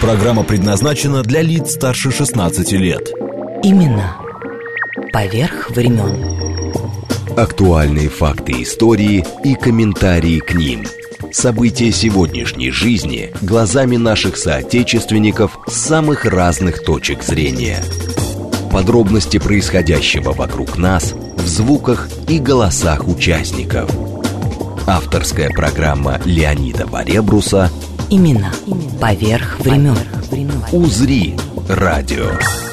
Программа предназначена для лиц старше 16 лет. Имена поверх времен. Актуальные факты истории и комментарии к ним. События сегодняшней жизни глазами наших соотечественников с самых разных точек зрения. Подробности происходящего вокруг нас в звуках и голосах участников. Авторская программа Леонида Баребруса Имена поверх времен. «Узри радио».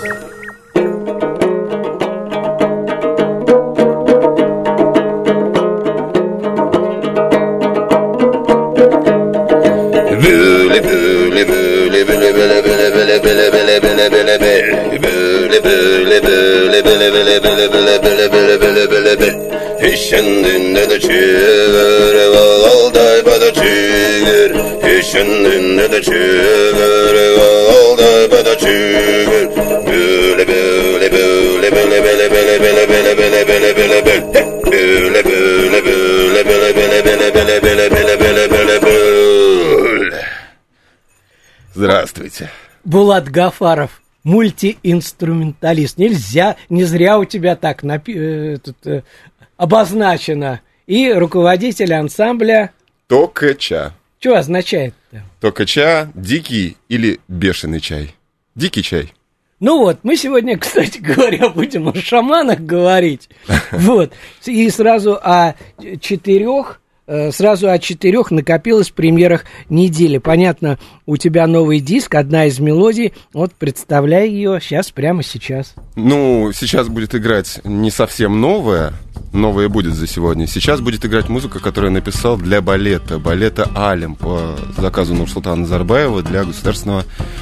Здравствуйте. Булат Гафаров, мультиинструменталист. Нельзя, не зря у тебя так обозначено. И руководитель ансамбля Токача. Что означает-то? Токача, дикий или бешеный чай? Дикий чай. Ну вот, мы сегодня, кстати говоря, будем о шаманах говорить. Вот. И сразу о четырех накопилось в премьерах недели. Понятно, у тебя новый диск, одна из мелодий. Вот, представляй ее сейчас, прямо сейчас. Ну, сейчас будет играть не совсем новая. Новая будет за сегодня. Сейчас будет играть музыка, которую я написал для балета «Алем» по заказу Нурсултана Назарбаева для государственного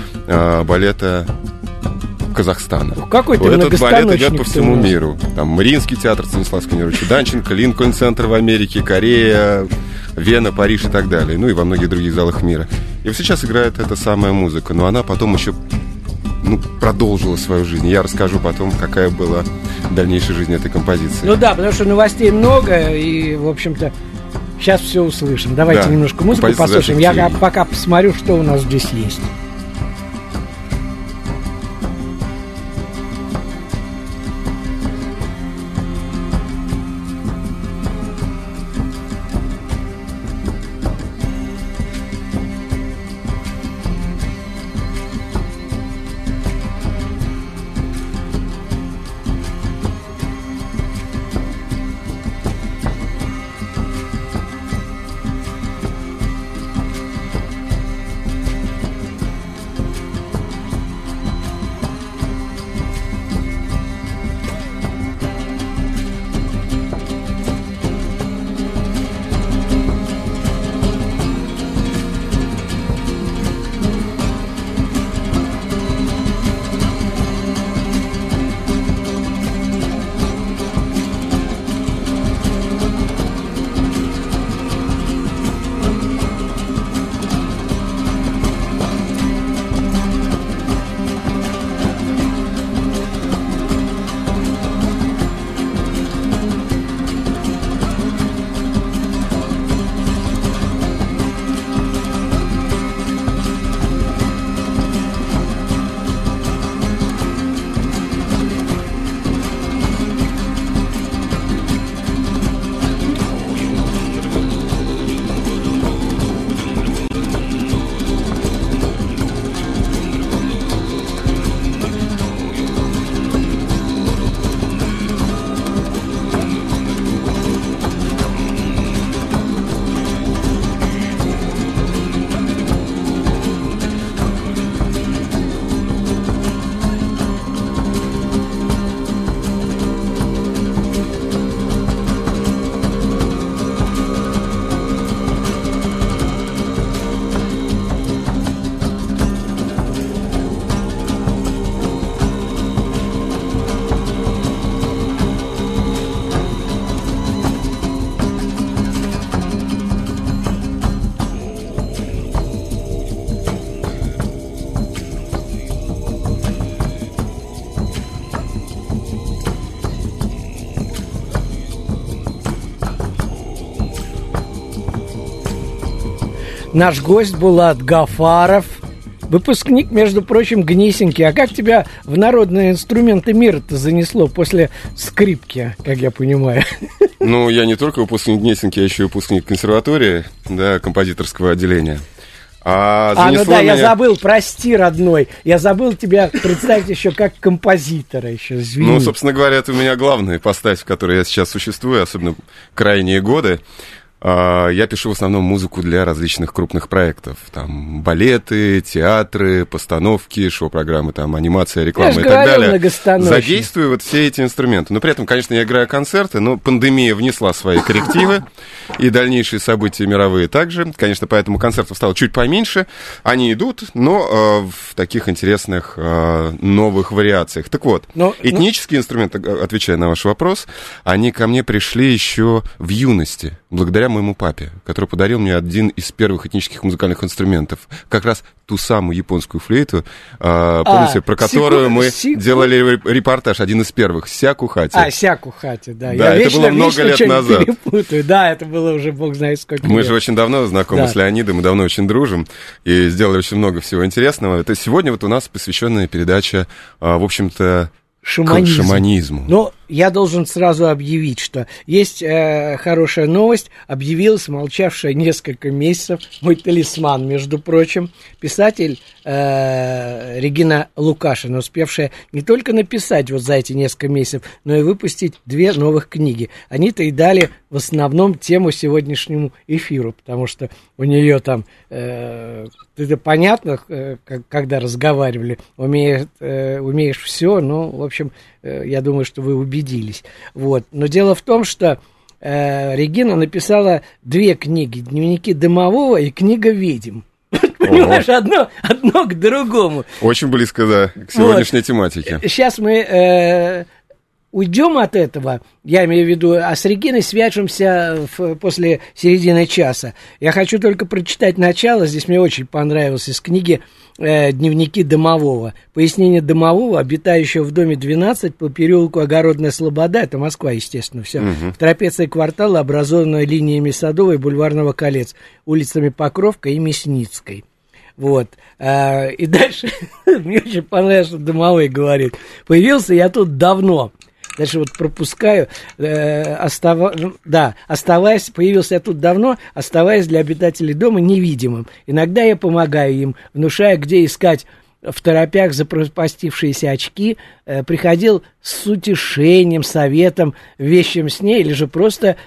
балета Казахстана. Какой ты Этот балет идет по всему миру. миру. Там Мариинский театр Станислава Сканировича Данченко, Линкольн-центр в Америке, Корея, Вена, Париж и так далее. Ну и во многих других залах мира. И вот сейчас играет эта самая музыка. Но она потом еще продолжила свою жизнь. Я расскажу потом, какая была дальнейшая жизнь этой композиции. Ну да, потому что новостей много, и, в общем-то, сейчас все услышим. Давайте немножко музыку послушаем. Я пока посмотрю, что у нас здесь есть. Наш гость Булат Гафаров, Выпускник, между прочим, Гнесинки. А как тебя в народные инструменты мира-то занесло после скрипки, как я понимаю? Ну, я не только выпускник Гнесинки, я еще и выпускник консерватории, да, композиторского отделения. Ну да, я забыл, прости, родной. Я забыл тебя представить еще как композитора еще, извини. Ну, собственно говоря, это у меня главная ипостась, в которой я сейчас существую, особенно крайние годы. Я пишу в основном музыку для различных крупных проектов. Там балеты, театры, постановки, шоу-программы, там анимация, реклама и так далее. Задействую вот все эти инструменты. Но при этом, конечно, я играю концерты, но пандемия внесла свои коррективы. И дальнейшие события мировые также. Конечно, поэтому концертов стало чуть поменьше. Они идут, но в таких интересных новых вариациях. Так вот, этнические инструменты, отвечая на ваш вопрос, они ко мне пришли еще в юности, благодаря моему папе, который подарил мне один из первых этнических музыкальных инструментов. Как раз ту самую японскую флейту, помните, про которую мы делали репортаж, один из первых, сякухати. Сякухати, да. Да, это было много лет назад. Перепутаю. Да, это было уже бог знает сколько лет. Мы же очень давно знакомы с Леонидом, мы давно очень дружим и сделали очень много всего интересного. Это сегодня вот у нас посвященная передача, в общем-то, шаманизму. Но я должен сразу объявить, что есть хорошая новость. Объявилась молчавшая несколько месяцев мой талисман, между прочим, писатель Регина Лукашина, успевшая не только написать вот за эти несколько месяцев, но и выпустить 2 новых книги. Они-то и дали в основном тему сегодняшнему эфиру, потому что у нее там, это понятно, когда разговаривали, умеешь все, ну, в общем, я думаю, что вы убедились. Вот. Но дело в том, что Регина написала 2 книги: «Дневники домового» и «Книга ведьм». Понимаешь, одно к другому. Очень близко, да, к сегодняшней тематике. Сейчас мы уйдем от этого, я имею в виду, а с Региной свяжемся после середины часа. Я хочу только прочитать начало, здесь мне очень понравилось, из книги «Дневники домового». Пояснение домового, обитающего в доме 12 по переулку Огородная Слобода, это Москва, естественно, все, в трапеции квартала, образованного линиями Садовой и Бульварного колец, улицами Покровка и Мясницкой. Вот. И дальше мне очень понравилось, что домовой говорит: появился я тут давно. Дальше вот пропускаю, оставаясь, появился я тут давно, оставаясь для обитателей дома невидимым. Иногда я помогаю им, внушая, где искать в торопях запропастившиеся очки, приходил с утешением, советом, вещим сне, или же просто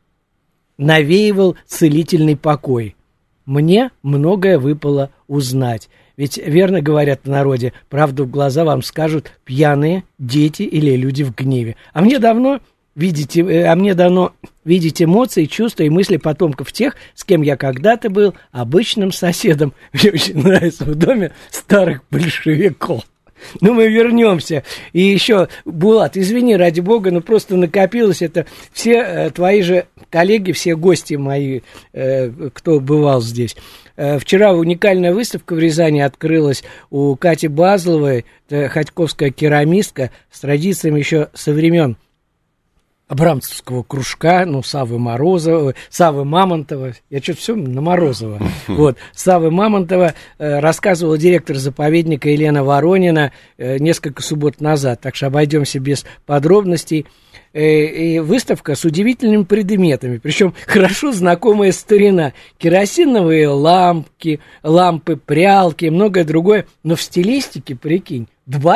навеивал целительный покой. Мне многое выпало узнать. Ведь верно говорят в народе, правду в глаза вам скажут пьяные, дети или люди в гневе. А мне давно видеть эмоции, чувства и мысли потомков тех, с кем я когда-то был обычным соседом. Мне очень нравится в доме старых большевиков. Ну, мы вернемся. И еще, Булат, извини, ради бога, но просто накопилось это. Все твои же коллеги, все гости мои, кто бывал здесь. Вчера уникальная выставка в Рязани открылась у Кати Базловой, харьковская керамистка, с традициями еще со времен Абрамцевского кружка, ну, Саввы Мамонтова, я что-то все на Морозова, вот, Саввы Мамонтова рассказывала директор заповедника Елена Воронина несколько суббот назад, так что обойдемся без подробностей. И выставка с удивительными предметами, причем хорошо знакомая старина, керосиновые лампы, прялки и многое другое, но в стилистике, прикинь,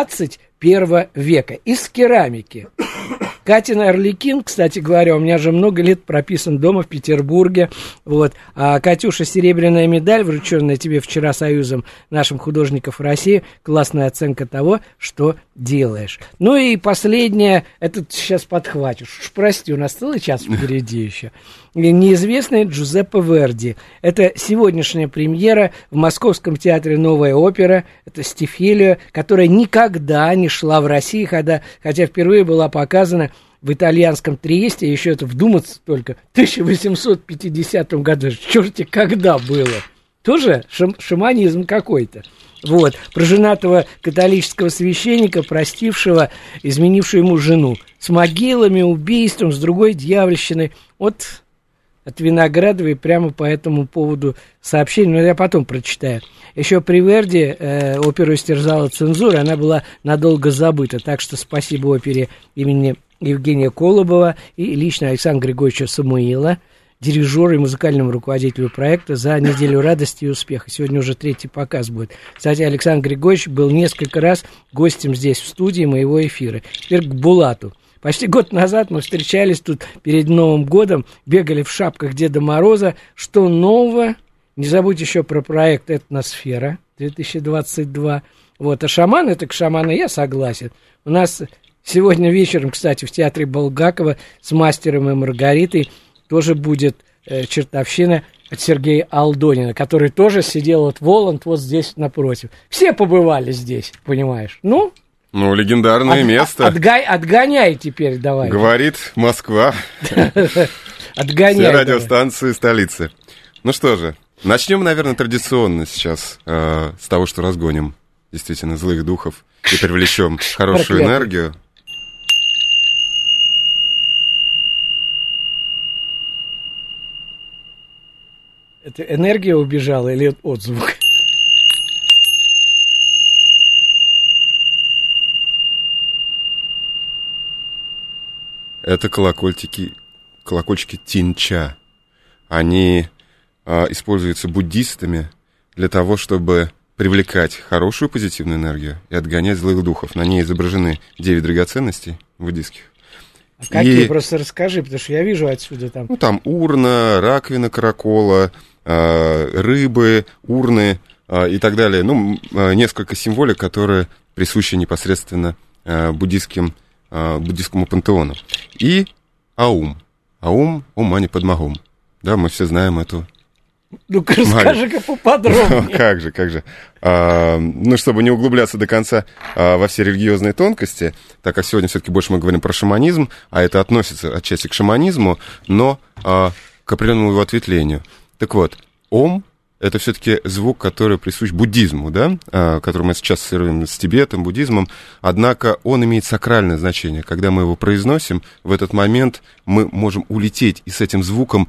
21 века, из керамики. Катин Арлекин, кстати говоря, у меня же много лет прописан дома в Петербурге, вот, а Катюша, серебряная медаль, врученная тебе вчера Союзом нашим художников России, классная оценка того, что делаешь. Ну и последнее, это сейчас подхватишь, прости, у нас целый час впереди еще. Неизвестный Джузеппе Верди. Это сегодняшняя премьера в Московском театре «Новая опера». Это Стифилио, которая никогда не шла в России, хотя впервые была показана в итальянском Триесте, еще это вдуматься только, в 1850 году. Черти, когда было. Тоже шаманизм какой-то. Вот, про женатого католического священника, простившего, изменившего ему жену. С могилами, убийством, с другой дьявольщиной. Вот от Виноградовой прямо по этому поводу сообщение, но я потом прочитаю. Еще при Верди оперу истерзала цензура, она была надолго забыта, так что спасибо опере имени Евгения Колобова и лично Александра Григорьевича Самуила, дирижеру и музыкальному руководителю проекта, за неделю радости и успеха. Сегодня уже 3-й показ будет. Кстати, Александр Григорьевич был несколько раз гостем здесь, в студии моего эфира. Теперь к Булату. Почти год назад мы встречались тут перед Новым годом, бегали в шапках Деда Мороза. Что нового? Не забудь еще про проект «Этносфера» 2022. Вот. А шаманы, так шаманы, я согласен. У нас сегодня вечером, кстати, в театре Булгакова с «Мастером и Маргаритой» тоже будет чертовщина от Сергея Алдонина, который тоже сидел от Воланд вот здесь напротив. Все побывали здесь, понимаешь? Ну, легендарное место. Отгоняй теперь давай. Говорит Москва. Отгоняй. Все радиостанции столицы. Ну что же, начнем, наверное, традиционно сейчас с того, что разгоним действительно злых духов и привлечем хорошую энергию. Это энергия убежала или отзвук? Это колокольчики тинча. Они используются буддистами для того, чтобы привлекать хорошую позитивную энергию и отгонять злых духов. На ней изображены 9 драгоценностей буддийских. А какие? Просто расскажи, потому что я вижу отсюда там. Там урна, раковина каракола, рыбы, урны и так далее. Несколько символик, которые присущи непосредственно буддийскому пантеону. И аум. Аум, мани падмагум. Да, мы все знаем эту. Ну-ка, расскажи-ка поподробнее. Как же. Чтобы не углубляться до конца во все религиозные тонкости, так как сегодня все-таки больше мы говорим про шаманизм, а это относится отчасти к шаманизму, но к определенному его ответвлению. Так вот, ом — это все-таки звук, который присущ буддизму, да, который мы сейчас ассоциируем с Тибетом, буддизмом, однако он имеет сакральное значение. Когда мы его произносим, в этот момент мы можем улететь и с этим звуком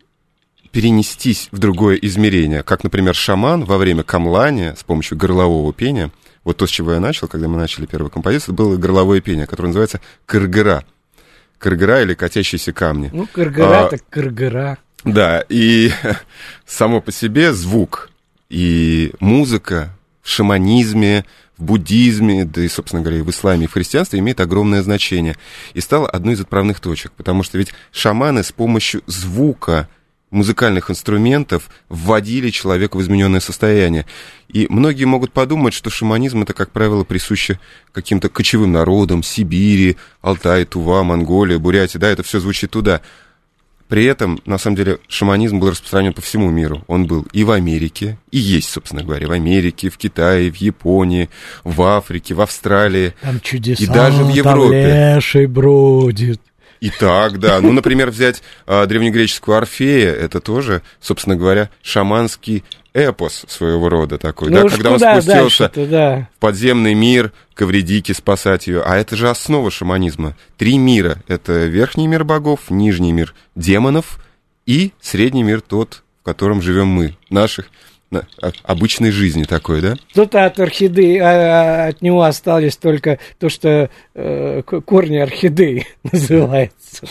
перенестись в другое измерение, как, например, шаман во время камлания с помощью горлового пения. Вот то, с чего я начал, когда мы начали первую композицию, было горловое пение, которое называется кыргыра. Кыргыра или катящиеся камни. Ну, кыргыра так кыргыра. Да, и само по себе звук и музыка в шаманизме, в буддизме, да и, собственно говоря, и в исламе, и в христианстве имеет огромное значение. И стало одной из отправных точек, потому что ведь шаманы с помощью звука, музыкальных инструментов вводили человека в измененное состояние. И многие могут подумать, что шаманизм это, как правило, присуще каким-то кочевым народам, Сибири, Алтай, Тува, Монголия, Бурятия, да, это все звучит туда. При этом, на самом деле, шаманизм был распространен по всему миру. Он был и в Америке, и есть, собственно говоря, в Америке, в Китае, в Японии, в Африке, в Австралии. Там чудеса, и даже в Европе. Там леший бродит. И так, да. Ну, например, взять древнегреческую Орфея, это тоже, собственно говоря, шаманский эпос своего рода такой, да, когда он спустился в подземный мир к Эвридике спасать ее. А это же основа шаманизма. 3 мира. Это верхний мир богов, нижний мир демонов и средний мир тот, в котором живем мы, наших обычной жизни такой, да? Кто-то от орхидеи, от него остались только то, что корни орхидеи называется.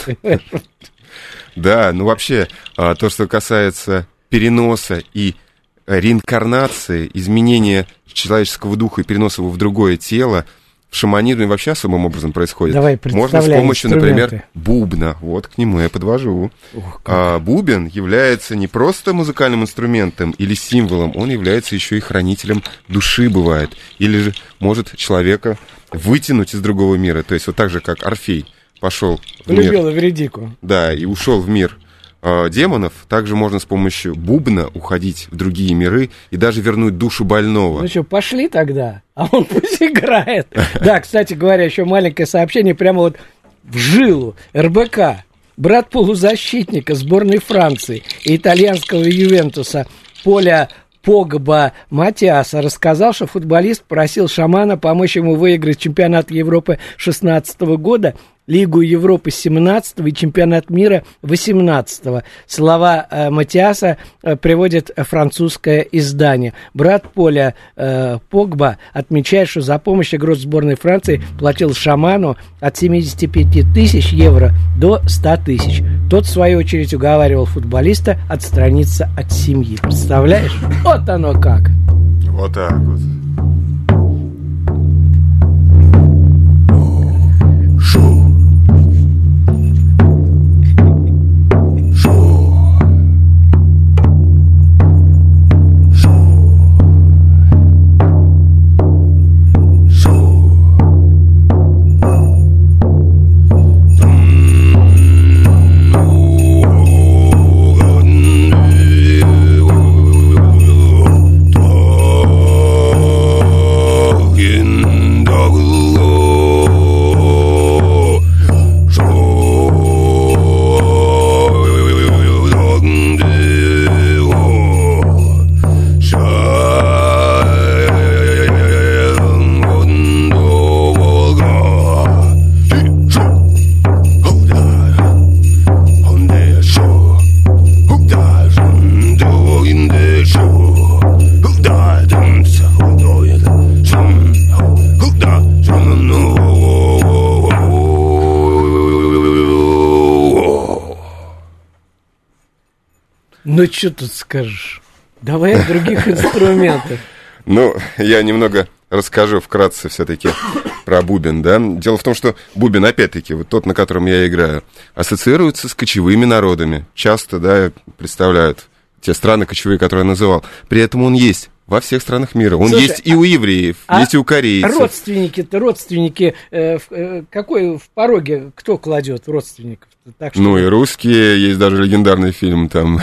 Да, ну вообще, то, что касается переноса и реинкарнации, изменения человеческого духа и переноса его в другое тело, в шаманизме вообще особым образом происходит. Давай, можно с помощью, например, бубна. Вот к нему я подвожу. Бубен является не просто музыкальным инструментом или символом, он является еще и хранителем души, бывает. Или же может человека вытянуть из другого мира. То есть вот так же, как Орфей пошел в мир. Полюбил Эвридику. Да, и ушел в мир демонов, также можно с помощью бубна уходить в другие миры и даже вернуть душу больного. Ну что, пошли тогда, а он пусть играет. Да, кстати говоря, еще маленькое сообщение прямо вот в жилу. РБК, брат полузащитника сборной Франции и итальянского Ювентуса Поля Погба Матиаса рассказал, что футболист просил шамана помочь ему выиграть чемпионат Европы 2016 года, Лигу Европы 17-го и чемпионат мира 18-го. Слова Матиаса приводит французское издание. Брат Поля Погба отмечает, что за помощь игрок сборной Франции платил Шаману от 75 тысяч евро до 100 тысяч. Тот, в свою очередь, уговаривал футболиста отстраниться от семьи. Представляешь? Вот оно как. Вот так вот. Ну, что тут скажешь? Давай о других инструментах. Ну, я немного расскажу вкратце все-таки про бубен, да. Дело в том, что бубен, опять-таки, вот тот, на котором я играю, ассоциируется с кочевыми народами. Часто, да, представляют те страны кочевые, которые я называл. При этом он есть во всех странах мира. Он есть и у евреев, есть и у корейцев. Родственники, какой в пороге, кто кладет родственников? Так что... Ну и русские, есть даже легендарный фильм там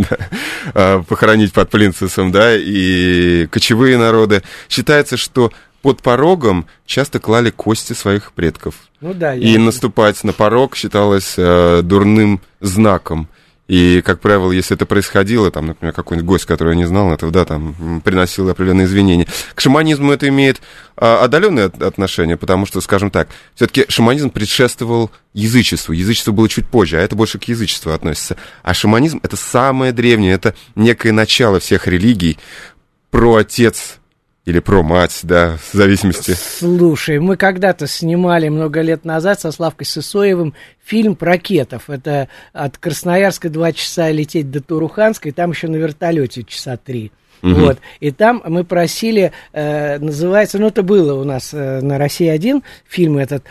«Похоронить под Плинцесом», да, и кочевые народы. Считается, что под порогом часто клали кости своих предков. Ну да. И наступать на порог считалось дурным знаком. И, как правило, если это происходило, там, например, какой-нибудь гость, который я не знал этого, да, там, приносил определенные извинения. К шаманизму это имеет отдаленное отношение, потому что, скажем так, все-таки шаманизм предшествовал язычеству. Язычество было чуть позже, а это больше к язычеству относится. А шаманизм — это самое древнее, это некое начало всех религий, проотец или про мать, да, в зависимости. Слушай, мы когда-то снимали много лет назад со Славкой Сысоевым фильм про кетов. Это от Красноярска 2 часа лететь до Туруханска, и там еще на вертолете часа 3. Угу. Вот. И там мы просили, называется, ну это было у нас на России-1 фильм этот,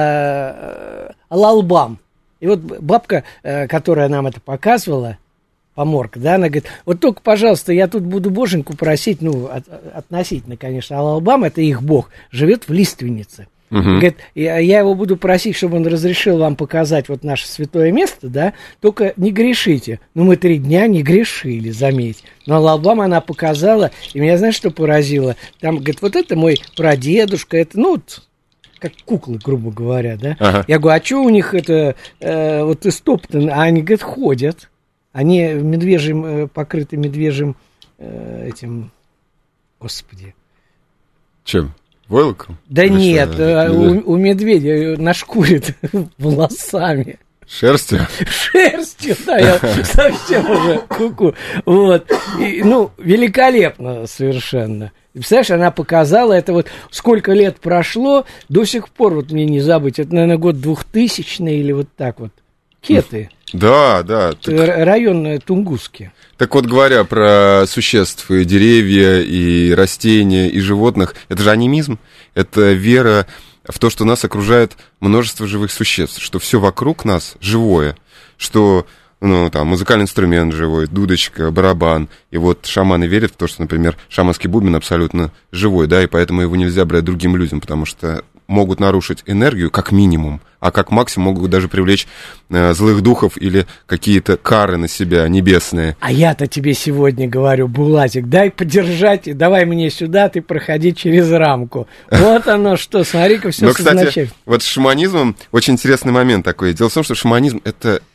«Алалбам». И вот бабка, которая нам это показывала, поморка, да, она говорит, вот только, пожалуйста, я тут буду боженьку просить, ну, относительно, конечно, Алалбам, это их бог, живет в лиственнице. Говорит, я его буду просить, чтобы он разрешил вам показать вот наше святое место, да, только не грешите. Ну, мы 3 дня не грешили, заметь. Но Алалбам она показала, и меня, знаешь, что поразило? Там, говорит, вот это мой прадедушка, это, ну, вот, как куклы, грубо говоря, да. Ага. Я говорю, а что у них это, вот истоптано? А они, говорит, ходят. Они медвежьим, покрыты медвежьим этим, господи. Чем? Войлоком? Да или нет, у медведя нашкурит волосами. Шерстью? Шерстью, да, я совсем уже куку. Вот. И, ну, великолепно совершенно. И, представляешь, она показала, это вот сколько лет прошло, до сих пор вот мне не забыть, это, наверное, год 2000 или вот так вот. Кеты. Да, да. Район Тунгусский. Так вот, говоря про существ, и деревья, и растения, и животных, это же анимизм, это вера в то, что нас окружает множество живых существ, что все вокруг нас живое, что, ну, там, музыкальный инструмент живой, дудочка, барабан, и вот шаманы верят в то, что, например, шаманский бубен абсолютно живой, да, и поэтому его нельзя брать другим людям, потому что могут нарушить энергию, как минимум, а как максимум могут даже привлечь злых духов или какие-то кары на себя небесные. А я-то тебе сегодня говорю, Булатик, дай подержать, давай мне сюда, ты проходи через рамку. Вот оно что, смотри-ка, все Но, кстати, вот с шаманизмом очень интересный момент такой. Дело в том, что шаманизм — это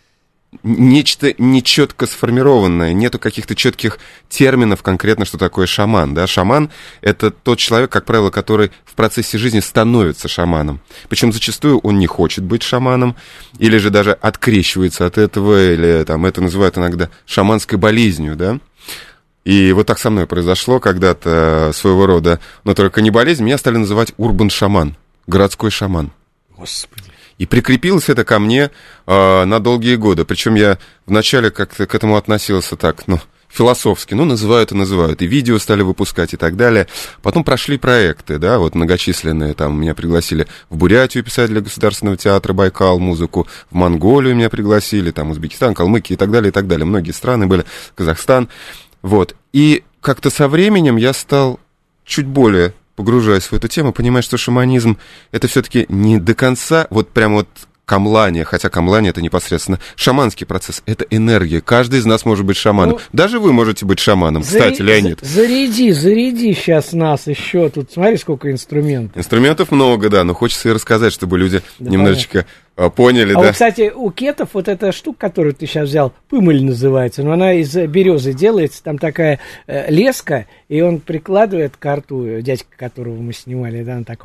нечто нечетко сформированное, нету каких-то четких терминов конкретно, что такое шаман, да. Шаман — это тот человек, как правило, который в процессе жизни становится шаманом. Причем зачастую он не хочет быть шаманом, или же даже открещивается от этого, или там это называют иногда шаманской болезнью, да. И вот так со мной произошло когда-то своего рода, но только не болезнь, меня стали называть урбан-шаман, городской шаман. Господи. И прикрепилось это ко мне на долгие годы. Причем я вначале как-то к этому относился так, философски. Называют и называют. И видео стали выпускать и так далее. Потом прошли проекты, да, вот многочисленные. Там меня пригласили в Бурятию писать для Государственного театра Байкал музыку. В Монголию меня пригласили, там Узбекистан, Калмыкия и так далее, и так далее. Многие страны были, Казахстан. Вот. И как-то со временем я стал чуть более... погружаясь в эту тему, понимать, что шаманизм — это все-таки не до конца вот прям вот камлание, хотя камлание — это непосредственно шаманский процесс, это энергия. Каждый из нас может быть шаманом. Даже вы можете быть шаманом, кстати, Леонид. Заряди сейчас нас еще тут. Смотри, сколько инструментов. Инструментов много, да, но хочется и рассказать, чтобы люди немножечко поняли, да. Вот, кстати, у кетов вот эта штука, которую ты сейчас взял, пымыль называется, но она из березы делается, там такая леска, и он прикладывает к рту, дядька, которого мы снимали, да, он так...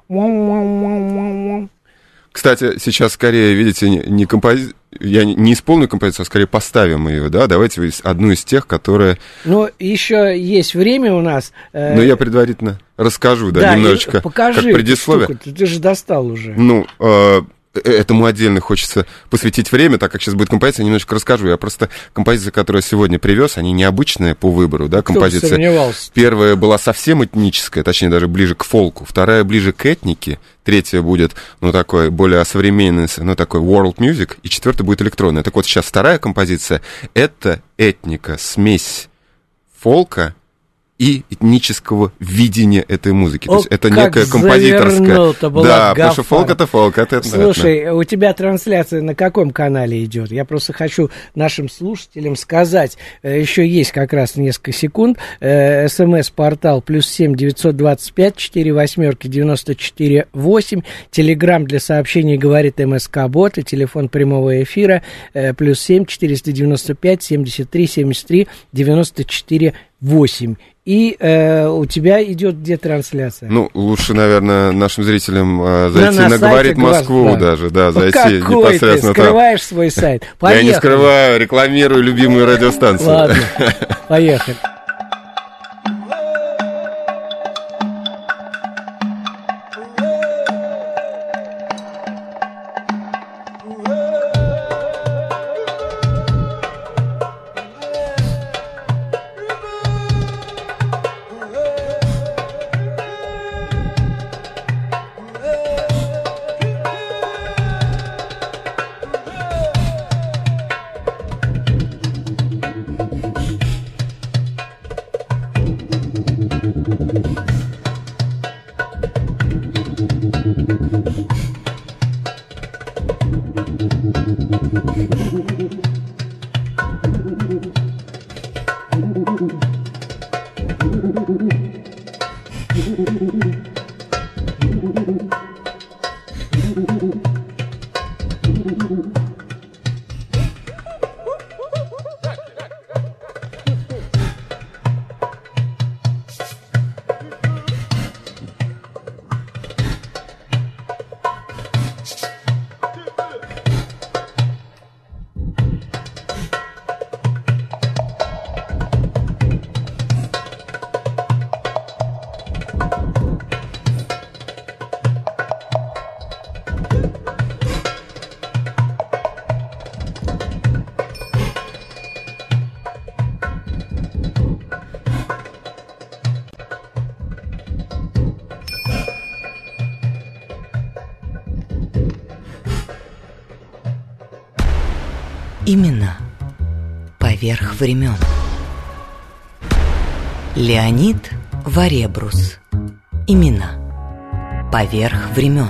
Кстати, сейчас скорее, видите, я не исполню композицию, а скорее поставим ее, да, давайте одну из тех, которые... Ну, еще есть время у нас. Но я предварительно расскажу, да немножечко, покажи, как предисловие. Ты же достал уже. Этому отдельно хочется посвятить время, так как сейчас будет композиция, немножечко расскажу. Я просто композиции, которые я сегодня привез, они необычные по выбору, да, композиция. Первая была совсем этническая, точнее, даже ближе к фолку. Вторая ближе к этнике. Третья будет, такой более современный, такой world music. И четвертая будет электронная. Так вот, сейчас вторая композиция — это этника, смесь фолка и этнического видения этой музыки. То есть это некая композиторская. Да, потому что фолк — это фолк. Слушай, у тебя трансляция на каком канале идет? Я просто хочу нашим слушателям сказать, еще есть как раз несколько секунд. СМС-портал +7 925 48 94 8. Телеграм для сообщений говорит МСК-бот. И телефон прямого эфира +7 495 73 73 94 8. И у тебя идет где трансляция? Лучше, наверное, нашим зрителям зайти на «Говорит Москву» даже, да, зайти какой непосредственно ты скрываешь там свой сайт? Поехали. Я не скрываю, рекламирую любимую радиостанцию. Ладно, поехали. Именно поверх времен. Леонид Варебрус. Именно поверх времен.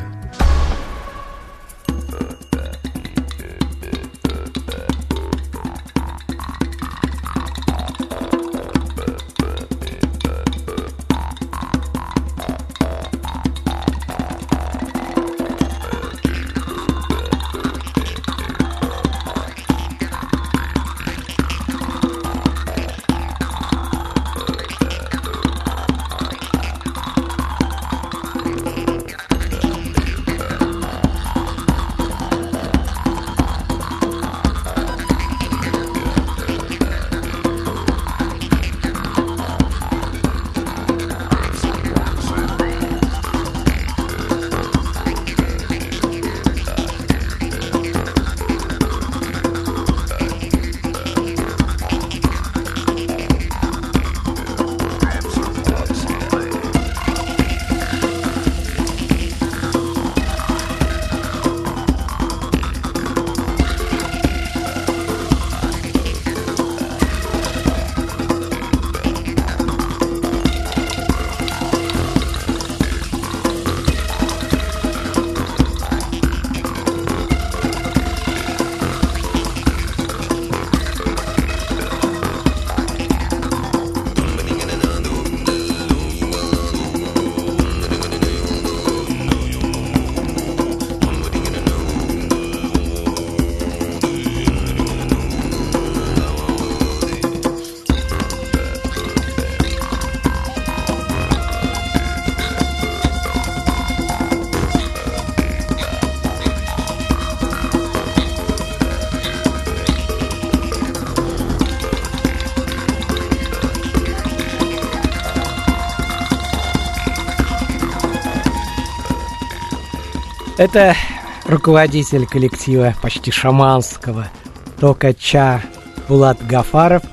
Это руководитель коллектива почти шаманского Токача Булат Гафаров,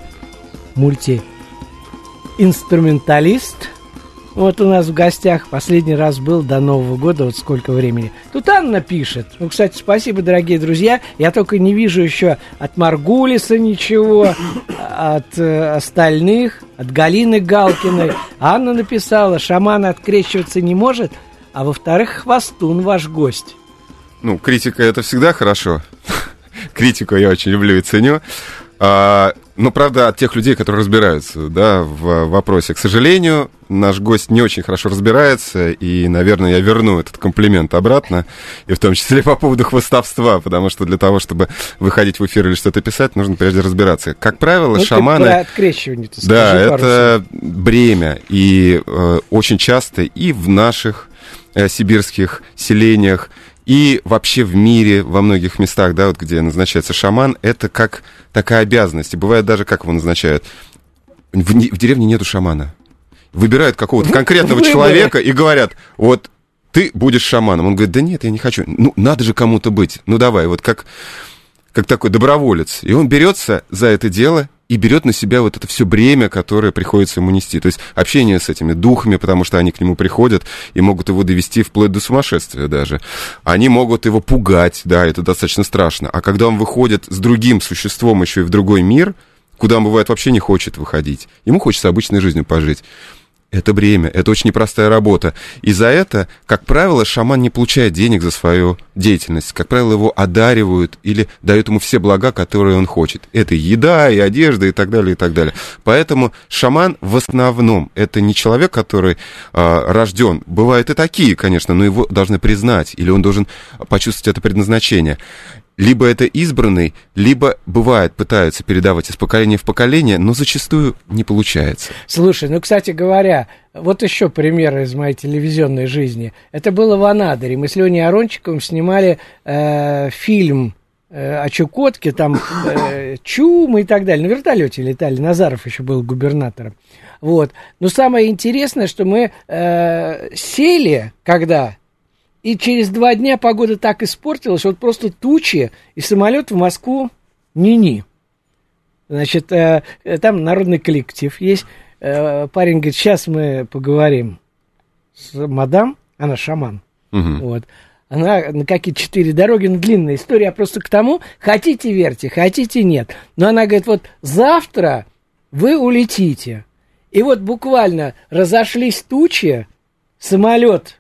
мультиинструменталист. Вот у нас в гостях последний раз был до Нового года, вот сколько времени. Тут Анна пишет. Ну, кстати, спасибо, дорогие друзья. Я только не вижу еще от Маргулиса ничего, от остальных, от Галины Галкиной. Анна написала: шаман открещиваться не может, а во-вторых, хвостун ваш гость. Ну, критика — это всегда хорошо. Критику я очень люблю и ценю. Но, правда, от тех людей, которые разбираются, да, в вопросе. К сожалению, наш гость не очень хорошо разбирается, и, наверное, я верну этот комплимент обратно, и в том числе по поводу хвастовства, потому что для того, чтобы выходить в эфир или что-то писать, нужно прежде разбираться. Как правило, ну, шаманы... Про открещивание-то скажи, да, это бремя, и очень часто и в наших сибирских селениях, и вообще в мире, во многих местах, да, вот где назначается шаман, это как такая обязанность. И бывает даже, как его назначают, в деревне нету шамана. Выбирают какого-то конкретного человека и говорят: вот ты будешь шаманом. Он говорит: да нет, я не хочу. Ну, надо же кому-то быть. Ну, давай, вот как такой доброволец. И он берется за это дело и берет на себя вот это все бремя, которое приходится ему нести. То есть общение с этими духами, потому что они к нему приходят и могут его довести вплоть до сумасшествия даже. Они могут его пугать, да, это достаточно страшно. А когда он выходит с другим существом еще и в другой мир, куда он, бывает, вообще не хочет выходить, ему хочется обычной жизнью пожить. Это бремя, это очень непростая работа. И за это, как правило, шаман не получает денег за свою деятельность. Как правило, его одаривают или дают ему все блага, которые он хочет. Это еда, и одежда, и так далее, и так далее. Поэтому шаман в основном это не человек, который рожден. Бывают и такие, конечно, но его должны признать, или он должен почувствовать это предназначение. Либо это избранный, либо, бывает, пытаются передавать из поколения в поколение, но зачастую не получается. Слушай, ну, кстати говоря, вот еще пример из моей телевизионной жизни. Это было в Анадыре. Мы с Леней Арончиковым снимали фильм о Чукотке, там чумы и так далее. На вертолете летали, Назаров еще был губернатором. Вот. Но самое интересное, что мы сели, когда... И через 2 дня погода так испортилась, вот просто тучи, и самолет в Москву ни-ни. Значит, там народный коллектив есть. Парень говорит: сейчас мы поговорим с мадам, она шаман. Вот. Она на какие-то 4 дороги, ну, длинная история, а просто к тому, хотите верьте, хотите нет. Но она говорит: вот завтра вы улетите. И вот буквально разошлись тучи, самолет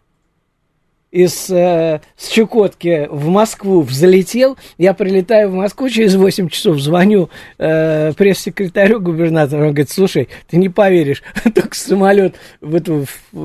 с Чукотки в Москву взлетел. Я прилетаю в Москву, через 8 часов звоню пресс-секретарю губернатора. Он говорит: слушай, ты не поверишь, только самолет в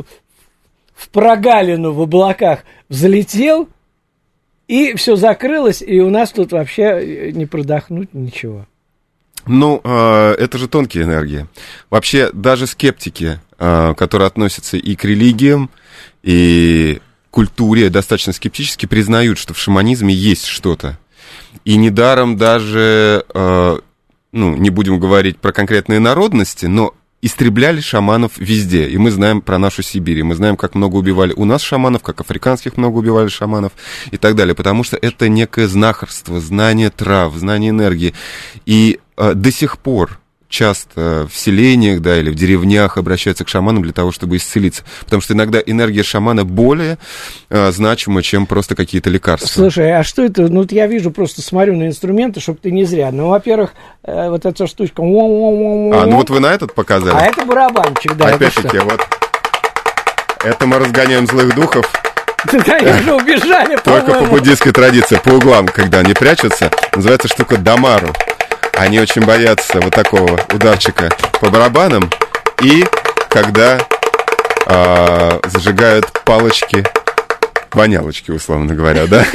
прогалину в облаках взлетел, и все закрылось, и у нас тут вообще не продохнуть ничего. Ну, это же тонкие энергии. Вообще, даже скептики, которые относятся и к религиям, и культуре, достаточно скептически признают, что в шаманизме есть что-то. И недаром даже, не будем говорить про конкретные народности, но истребляли шаманов везде. И мы знаем про нашу Сибирь, мы знаем, как много убивали у нас шаманов, как африканских много убивали шаманов и так далее. Потому что это некое знахарство, знание трав, знание энергии. И до сих пор часто в селениях, да, или в деревнях обращаются к шаманам для того, чтобы исцелиться. Потому что иногда энергия шамана более значима, чем просто какие-то лекарства. Слушай, а что это? Ну, я вижу, просто смотрю на инструменты, чтобы ты не зря. Ну, во-первых, вот эта штучка... ну вот вы на этот показали. А это барабанчик, да. Опять-таки, вот. Это мы разгоняем злых духов. Да, они уже убежали, только по буддийской традиции, по углам, когда они прячутся. Называется штука дамару. Они очень боятся вот такого ударчика по барабанам. И когда зажигают палочки, вонялочки, условно говоря, да?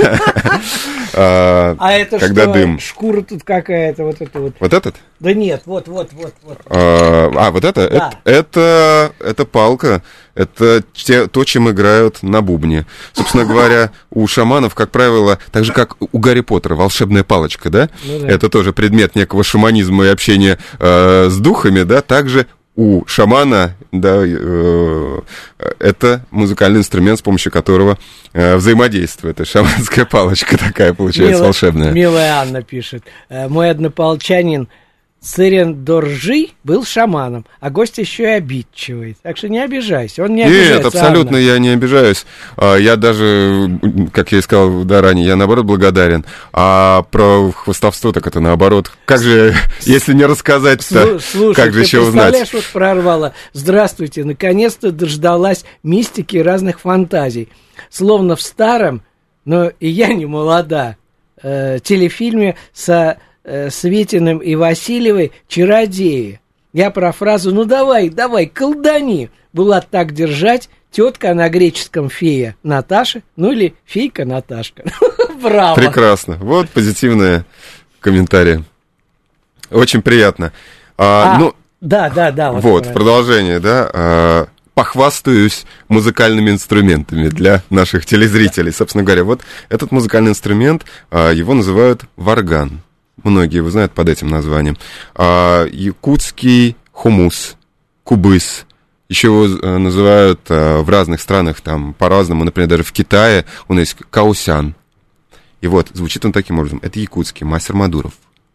А это когда что? Дым. Шкура тут какая-то, вот это вот. Вот этот? Да нет, вот. Вот это? Да. Это палка. Это то, чем играют на бубне. Собственно говоря, у шаманов, как правило, так же, как у Гарри Поттера, волшебная палочка, да? Ну, да. Это тоже предмет некого шаманизма и общения с духами, да? Также у шамана, да, это музыкальный инструмент, с помощью которого взаимодействует. Это шаманская палочка такая получается волшебная. Милая Анна пишет. Мой однополчанин Цирен Доржи был шаманом, а гость еще и обидчивый. Так что не обижайся, он не обижается. Нет, абсолютно Анна. Я не обижаюсь. Я даже, как я и сказал ранее, я наоборот благодарен. А про хвастовство, так это наоборот. Как же, если не рассказать-то, Слушай, как же еще узнать? Представляешь, вот прорвало. Здравствуйте, наконец-то дождалась мистики и разных фантазий. Словно в старом, но и я не молода, телефильме со Светиным и Васильевой «Чародеи». Я про фразу «ну давай, колдани». Булат так держать, тетка на греческом фея Наташа, ну или фейка Наташка. Браво. Прекрасно. Вот позитивные комментарии. Очень приятно. Да. Вот, в продолжение, да. Похвастаюсь музыкальными инструментами для наших телезрителей. Собственно говоря, вот этот музыкальный инструмент, его называют варган. Многие его знают под этим названием. Якутский хумус, кубыс. Еще его называют в разных странах там по-разному. Например, даже в Китае у нас есть каосян. И вот, звучит он таким образом. Это якутский, мастер Мадуров.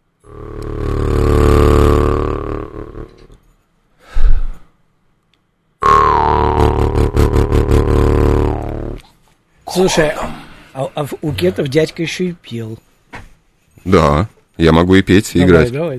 Слушай, а у Кетов дядька еще и пел. Да, я могу и петь, и играть. Давай.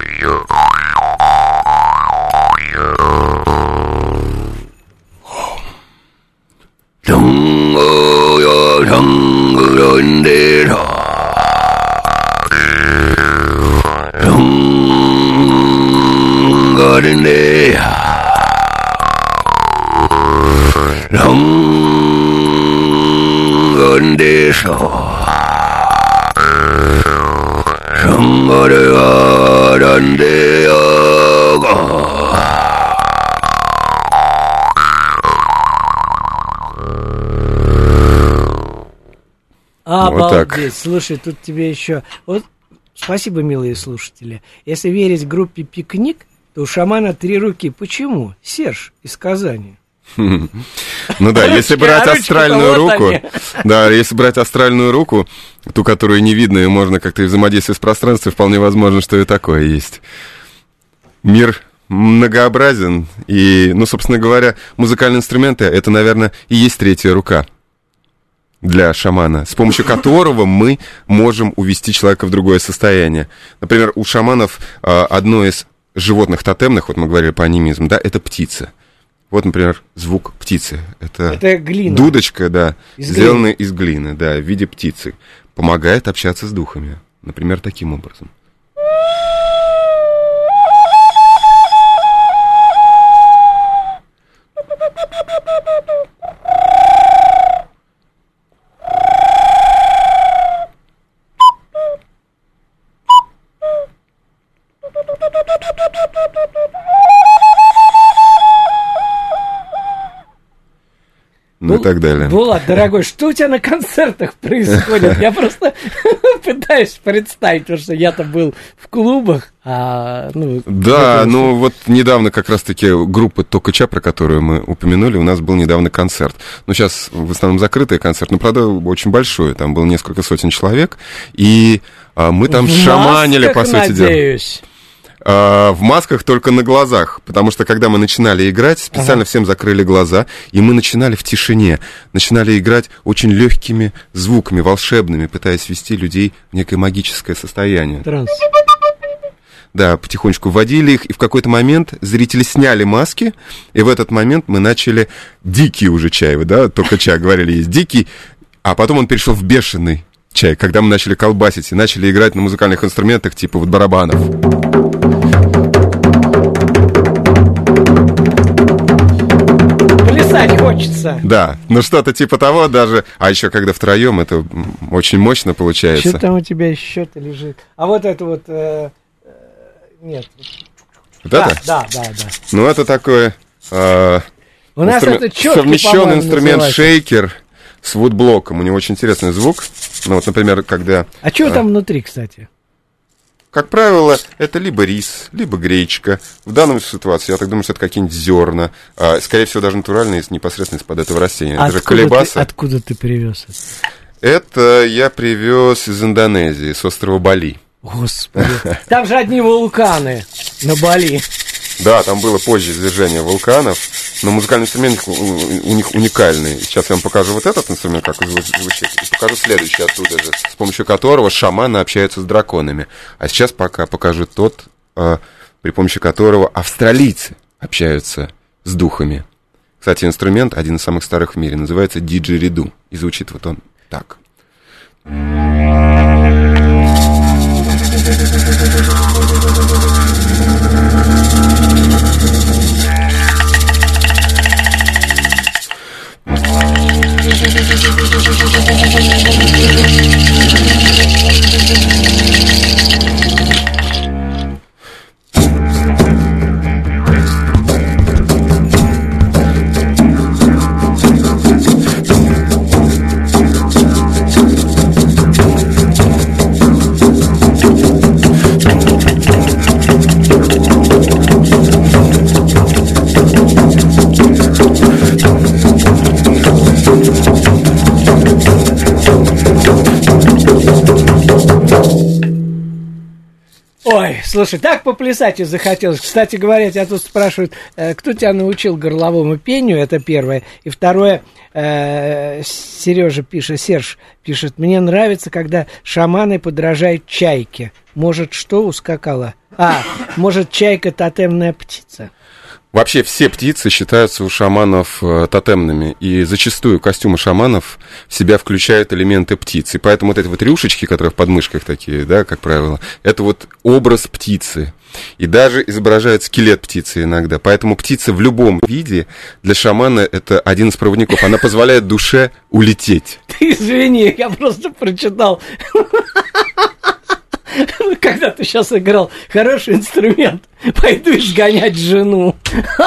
Обалдеть. Слушай, тут тебе еще... Вот, спасибо, милые слушатели. Если верить группе «Пикник», то у шамана 3 руки. Почему? Серж из Казани. Ну да, если брать астральную руку, да, если брать астральную руку, ту, которую не видно, и можно как-то взаимодействовать в пространстве, вполне возможно, что и такое есть. Мир многообразен, и, ну, собственно говоря, музыкальные инструменты, это, наверное, и есть 3-я рука для шамана, с помощью которого мы можем увести человека в другое состояние. Например, у шаманов одно из животных тотемных, вот мы говорили по анимизму, да, это птица. Вот, например, звук птицы. Это глина. Дудочка, да, сделанная из глины, да, в виде птицы. Помогает общаться с духами. Например, таким образом. Ну и так далее. Булат, дорогой, что у тебя на концертах происходит? Я просто пытаюсь представить, потому что я-то был в клубах. Да, ну вот недавно как раз-таки группа Токача, про которую мы упомянули, у нас был недавно концерт. Ну, сейчас в основном закрытый концерт, но, правда, очень большой. Там было несколько сотен человек, и мы там шаманили, по сути дела. В масках только на глазах, потому что когда мы начинали играть, специально всем закрыли глаза, и мы начинали в тишине, начинали играть очень легкими звуками, волшебными, пытаясь ввести людей в некое магическое состояние. Транс. Да, потихонечку вводили их, и в какой-то момент зрители сняли маски, и в этот момент мы начали дикий уже чай, да, только чай говорили, есть дикий, а потом он перешел в бешеный чай, когда мы начали колбасить и начали играть на музыкальных инструментах типа вот барабанов. Плясать хочется. Да, ну что-то типа того даже. А еще когда втроем, это очень мощно получается. Что там у тебя еще-то лежит? А вот это вот... Нет. Вот это? Да. Ну это такой... У нас это четко, совмещенный инструмент называется. шейкер с вудблоком. У него очень интересный звук. Ну вот, например, когда... А что там внутри, кстати? Как правило, это либо рис, либо гречка. В данной ситуации, я так думаю, что это какие-нибудь зерна. Скорее всего, даже натуральные, непосредственно из-под этого растения. Это же колебаса. Откуда ты привез это? Это я привез из Индонезии, с острова Бали. Господи, там же одни вулканы на Бали. Да, там было позже извержение вулканов, но музыкальный инструмент у них уникальный. Сейчас я вам покажу вот этот инструмент, как он звучит, и покажу следующий оттуда же, с помощью которого шаманы общаются с драконами. А сейчас пока покажу тот, при помощи которого австралийцы общаются с духами. Кстати, инструмент один из самых старых в мире, называется диджериду, и звучит вот он так. Ой, слушай, так поплясать и захотелось. Кстати говоря, тебя тут спрашивают, кто тебя научил горловому пению, это первое. И второе, Серж пишет, мне нравится, когда шаманы подражают чайке. Может, что ускакало? Может, чайка тотемная птица? Вообще все птицы считаются у шаманов тотемными, и зачастую костюмы шаманов в себя включают элементы птицы. Поэтому вот эти вот рюшечки, которые в подмышках такие, да, как правило, это вот образ птицы. И даже изображают скелет птицы иногда. Поэтому птица в любом виде для шамана это один из проводников. Она позволяет душе улететь. Ты извини, я просто прочитал... Когда ты сейчас играл, хороший инструмент, пойду изгонять жену.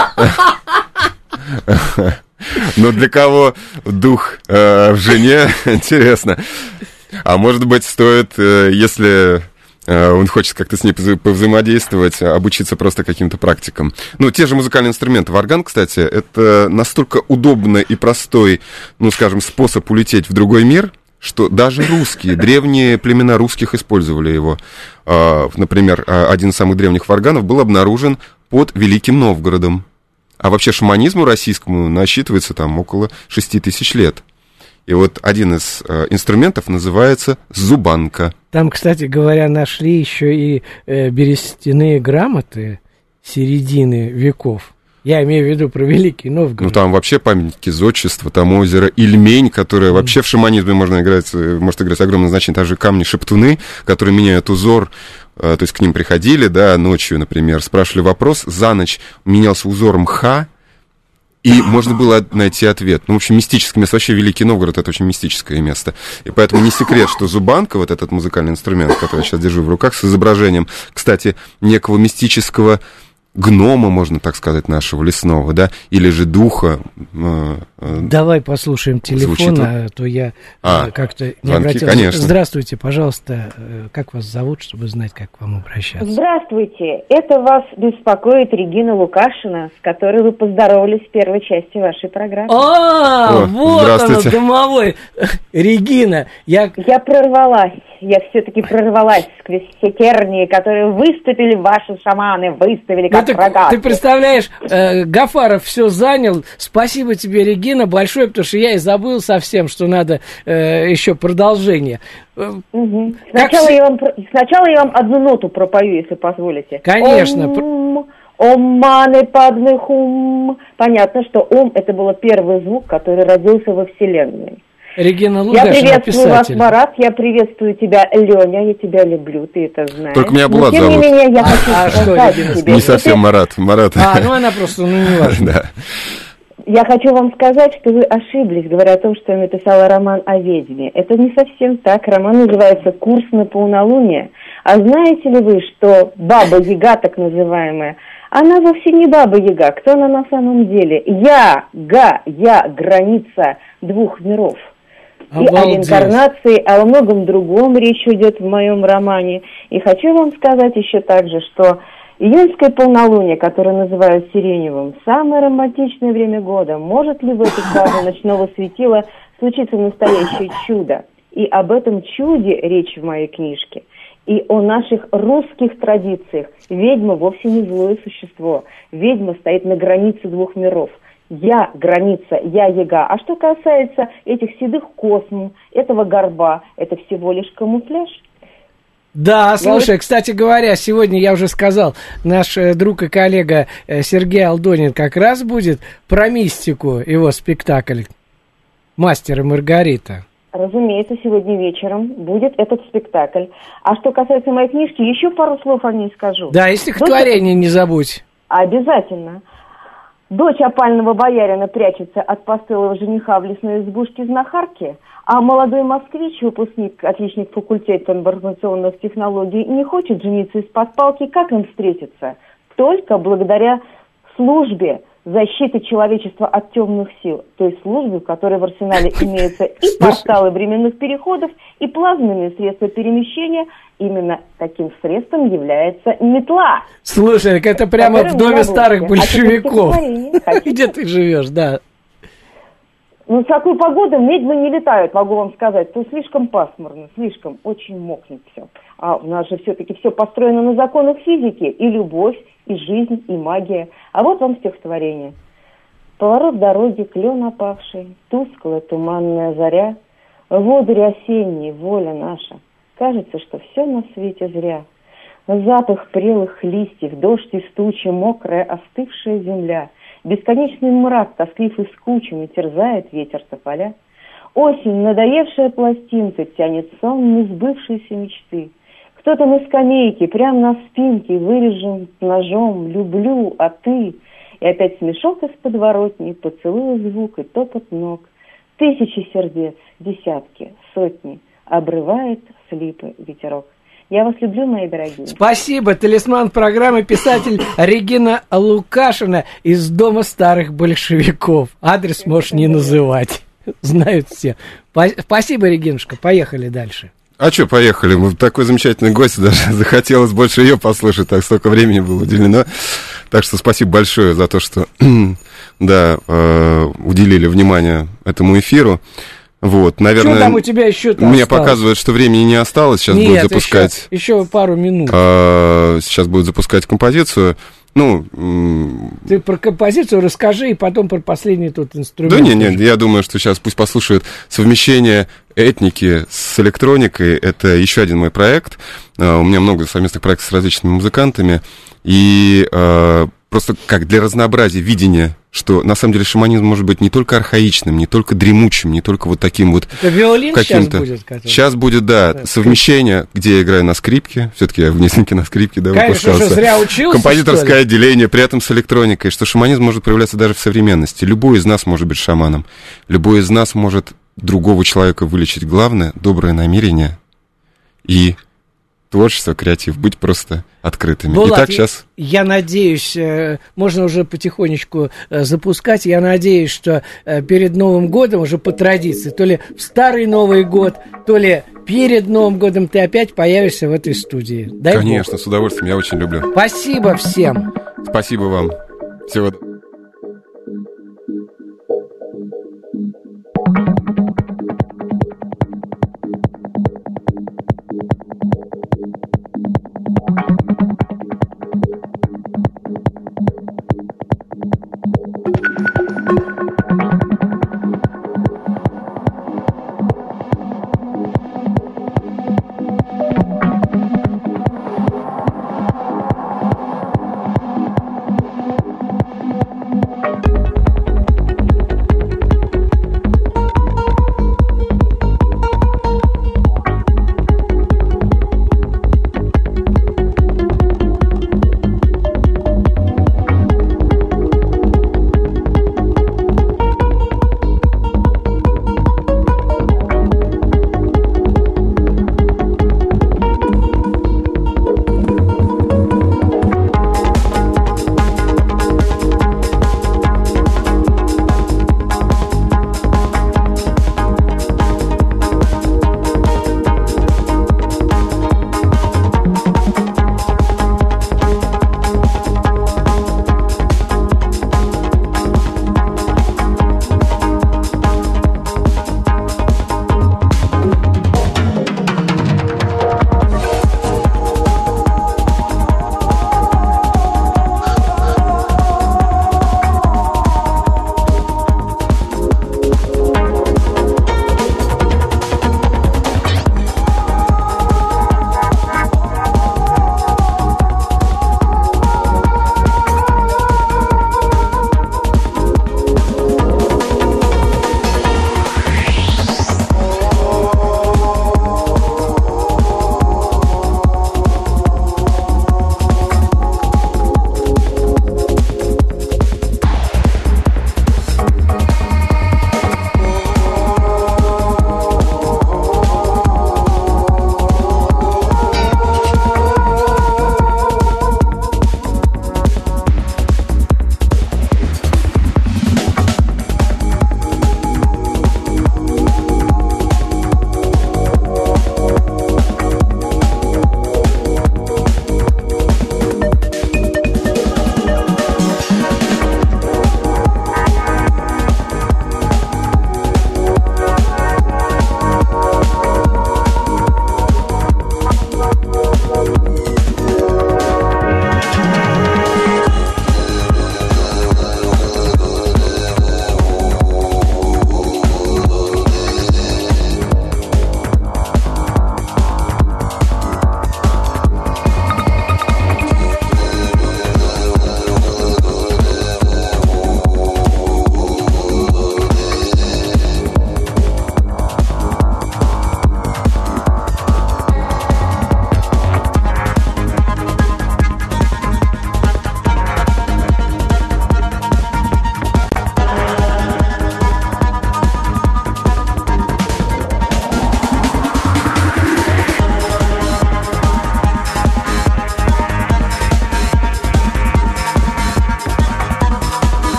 Но для кого дух в жене, интересно. А может быть, стоит, если он хочет как-то с ней повзаимодействовать, обучиться просто каким-то практикам. Ну, те же музыкальные инструменты. Варган, кстати, это настолько удобный и простой, ну, скажем, способ улететь в другой мир, что даже русские, древние племена русских использовали его. Например, один из самых древних варганов был обнаружен под Великим Новгородом. А вообще шаманизму российскому насчитывается там около 6000 лет. И вот один из инструментов называется зубанка. Там, кстати говоря, нашли еще и берестяные грамоты середины веков. Я имею в виду про Великий Новгород. Ну, там вообще памятники зодчества, там озеро Ильмень, которое вообще в шаманизме может играть огромное значение. Также камни-шептуны, которые меняют узор, то есть к ним приходили, да, ночью, например, спрашивали вопрос, за ночь менялся узор мха, и можно было найти ответ. Ну, в общем, мистическое место. Вообще Великий Новгород — это очень мистическое место. И поэтому не секрет, что зубанка, вот этот музыкальный инструмент, который я сейчас держу в руках, с изображением, кстати, некого мистического гнома, можно так сказать, нашего лесного, да, или же духа. Давай послушаем телефон, а то я как-то не обратился. Конечно. Здравствуйте, пожалуйста, как вас зовут, чтобы знать, как к вам обращаться? Здравствуйте, это вас беспокоит Регина Лукашина, с которой вы поздоровались в первой части вашей программы. Вот она, домовой. Регина, я прорвалась. Я все-таки прорвалась сквозь все тернии, которые выступили ваши шаманы, выставили как рогатки. Ты представляешь, Гафаров все занял. Спасибо тебе, Регина, большое, потому что я и забыл совсем, что надо еще продолжение. Угу. Сначала я вам одну ноту пропою, если позволите. Конечно. Ом маны падмы хум. Понятно, что ом — это был первый звук, который родился во Вселенной. Регина Лукашина, я приветствую писатель. вас, Марат, я приветствую тебя, Леня, я тебя люблю, ты это знаешь. Только меня Булат зовут. Тем не менее, я хочу сказать тебе. Не совсем Марат. Ну она просто, не важно. Да. Я хочу вам сказать, что вы ошиблись, говоря о том, что я написала роман о ведьме. Это не совсем так. Роман называется «Курс на полнолуние». А знаете ли вы, что Баба-Яга, так называемая, она вовсе не Баба-Яга. Кто она на самом деле? Я, граница двух миров. И о реинкарнации, о многом другом речь идет в моем романе. И хочу вам сказать еще также, что июньское полнолуние, которое называют сиреневым, самое романтичное время года. Может ли в эту фазу ночного светила случиться настоящее чудо? И об этом чуде речь в моей книжке. И о наших русских традициях. Ведьма вовсе не злое существо. Ведьма стоит на границе двух миров. Я граница, я яга. А что касается этих седых косм, этого горба, это всего лишь камуфляж. Да, слушай, кстати говоря, сегодня, я уже сказал, наш друг и коллега Сергей Алдонин как раз будет про мистику, его спектакль «Мастер и Маргарита». Разумеется, сегодня вечером будет этот спектакль. А что касается моей книжки, еще пару слов о ней скажу. Да, и стихотворение не забудь. Обязательно. Дочь опального боярина прячется от постылого жениха в лесной избушке знахарки, а молодой москвич, выпускник, отличник факультета информационных технологий, не хочет жениться из-под палки. Как им встретиться? Только благодаря службе защиты человечества от темных сил, той службе, в которой в арсенале имеются и порталы временных переходов, и плазменные средства перемещения. Именно таким средством является метла. Слушай, это прямо в доме старых большевиков. Где ты живешь, да? Ну, в такую погоду ведьмы не летают, могу вам сказать. То слишком пасмурно, слишком, очень мокнет все. А у нас же все-таки все построено на законах физики. И любовь, и жизнь, и магия. А вот вам стихотворение. Поворот дороги, клен опавший, тусклая туманная заря, водырь осенний, воля наша. Кажется, что все на свете зря. Запах прелых листьев, дождь из тучи, мокрая остывшая земля. Бесконечный мрак, тосклив и скучен, терзает ветер тополя. Осень, надоевшая пластинка, тянет сон несбывшейся мечты. Кто-то на скамейке, прямо на спинке, вырежем ножом «люблю, а ты». И опять смешок из подворотни, поцелуя звук и топот ног. Тысячи сердец, десятки, сотни, обрывает с липы ветерок. Я вас люблю, мои дорогие. Спасибо. Талисман программы, писатель Регина Лукашина из Дома старых большевиков. Адрес можешь не называть. Знают все. Спасибо, Регинушка. Поехали дальше. А что, поехали. Мы такой замечательный гость, даже захотелось больше ее послушать, так столько времени было уделено. Так что спасибо большое за то, что уделили внимание этому эфиру. Вот, наверное, что там у тебя еще-то мне осталось? Показывают, что времени не осталось. Сейчас Нет, будут запускать. Еще пару минут. Сейчас будут запускать композицию. Ну, ты про композицию расскажи, и потом про последний тот инструмент. Да нет, я думаю, что сейчас пусть послушают совмещение этники с электроникой. Это еще один мой проект. У меня много совместных проектов с различными музыкантами. И просто как для разнообразия видения, что на самом деле шаманизм может быть не только архаичным, не только дремучим, не только вот таким вот... Это виолин каким-то... сейчас будет? Сейчас будет, да, совмещение, где я играю на скрипке. Все-таки я в несколько на скрипке, да, конечно, выпускался. Что, зря учился, композиторское отделение, при этом с электроникой, что шаманизм может проявляться даже в современности. Любой из нас может быть шаманом. Любой из нас может другого человека вылечить. Главное — доброе намерение и... творчество, креатив, быть просто открытыми. Булат, итак, сейчас... Я надеюсь, можно уже потихонечку запускать, я надеюсь, что перед Новым годом уже по традиции, то ли в Старый Новый год, то ли перед Новым годом ты опять появишься в этой студии. Дай Конечно, Бог. С удовольствием, я очень люблю. Спасибо всем. Спасибо вам. Всего доброго.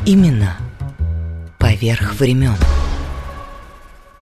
Имена поверх времен.